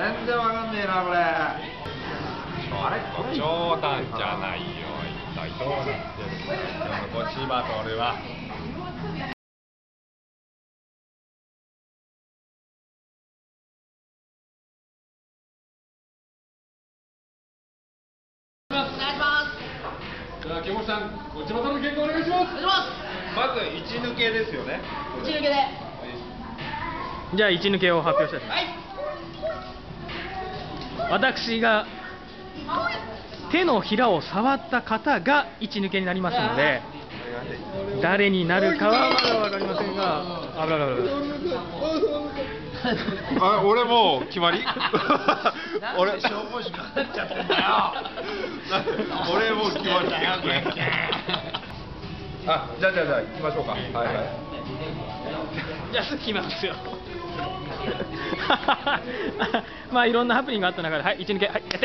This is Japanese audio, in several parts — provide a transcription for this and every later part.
全然わかんねえなこれ。あれ冗談じゃないよ。一体どうなってるんだよ今日のゴチバトルは。 じゃあ、木本さん、ゴチバトルの結果お願いします。 まず一抜けですよね。 一抜けで。 じゃあ1抜けを発表したいと思います。私が手のひらを触った方が1抜けになりますので、誰になるかはまだ分かりませんが、あらららら。 あ、俺もう決まり？俺消防士かかっちゃったんだよ。 俺もう決まりだよこれ。あ、じゃあ行きましょうか。はいはい。 じゃあすぐ決めますよ。まあいろんなハプニングがあった中で、はい1抜け、はいやって。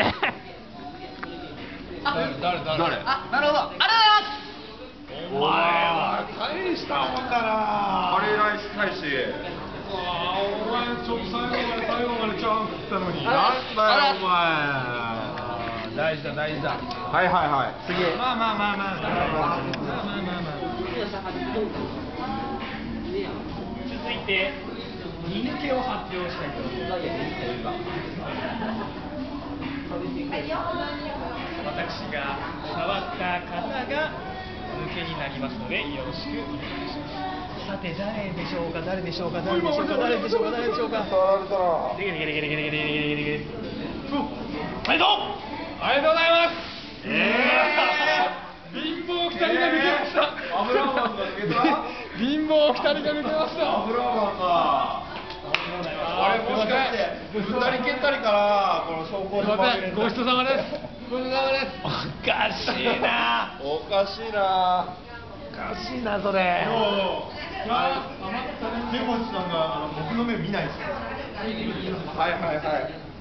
誰？ あ、なるほど。ありがとうございます。 お前は大したもんだな。カレーライス大使。 お前、ちょっと最後までチャーン食ったのに。 なんだよお前。 大事だ。 はいはいはい。次。 まあ。 続いて2抜けを発表したいと思います。私が触った方が抜けになりますのでよろしくお願いします。さて誰でしょうか。 触られたら。 でけでけでけでけでけでけでけでけ。 ありがとうございます。貧乏2人が抜けました。 油マンが抜けた。 貧乏2人が抜けました。 油マンが。あれもしかして二人蹴ったりからこの走行すいません、ごちそうさまです。ごちそうさまです。 おかしいな。 おかしいな。 おかしいなそれ。 手持ちさんが僕の目見ないですよ。 はいはいはい。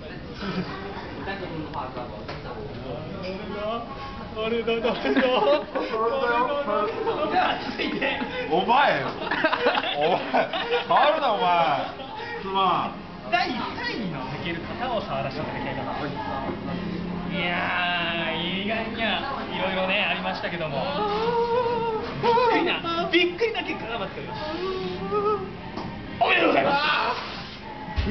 あれだ。じゃあ続いてお前触るなお前。すまん。 第3位の抜ける方を触らせていただきたいと思います。いやー、意外にはいろいろねありましたけども、びっくりな結果が待っております。おめでとうございます。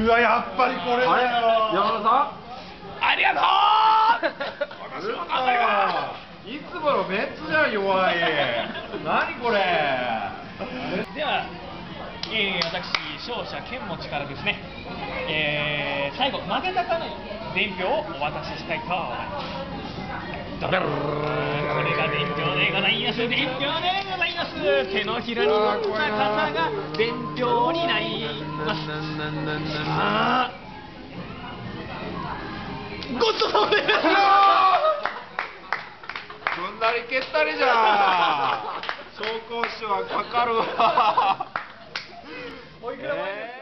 うわ、やっぱりこれだよ。山田さん。 ありがとう。 私も頑張ります。いつものメンツじゃん、弱い。何これ。 では、私勝者剣持からですね、最後負けた方の伝票をお渡ししたいと思います。これが伝票でございます。手のひらに乗った方が伝票になります。さあ、ごちそうさまです。 踏んだり蹴ったりじゃん。紹興酒はかかるわ。 おいくら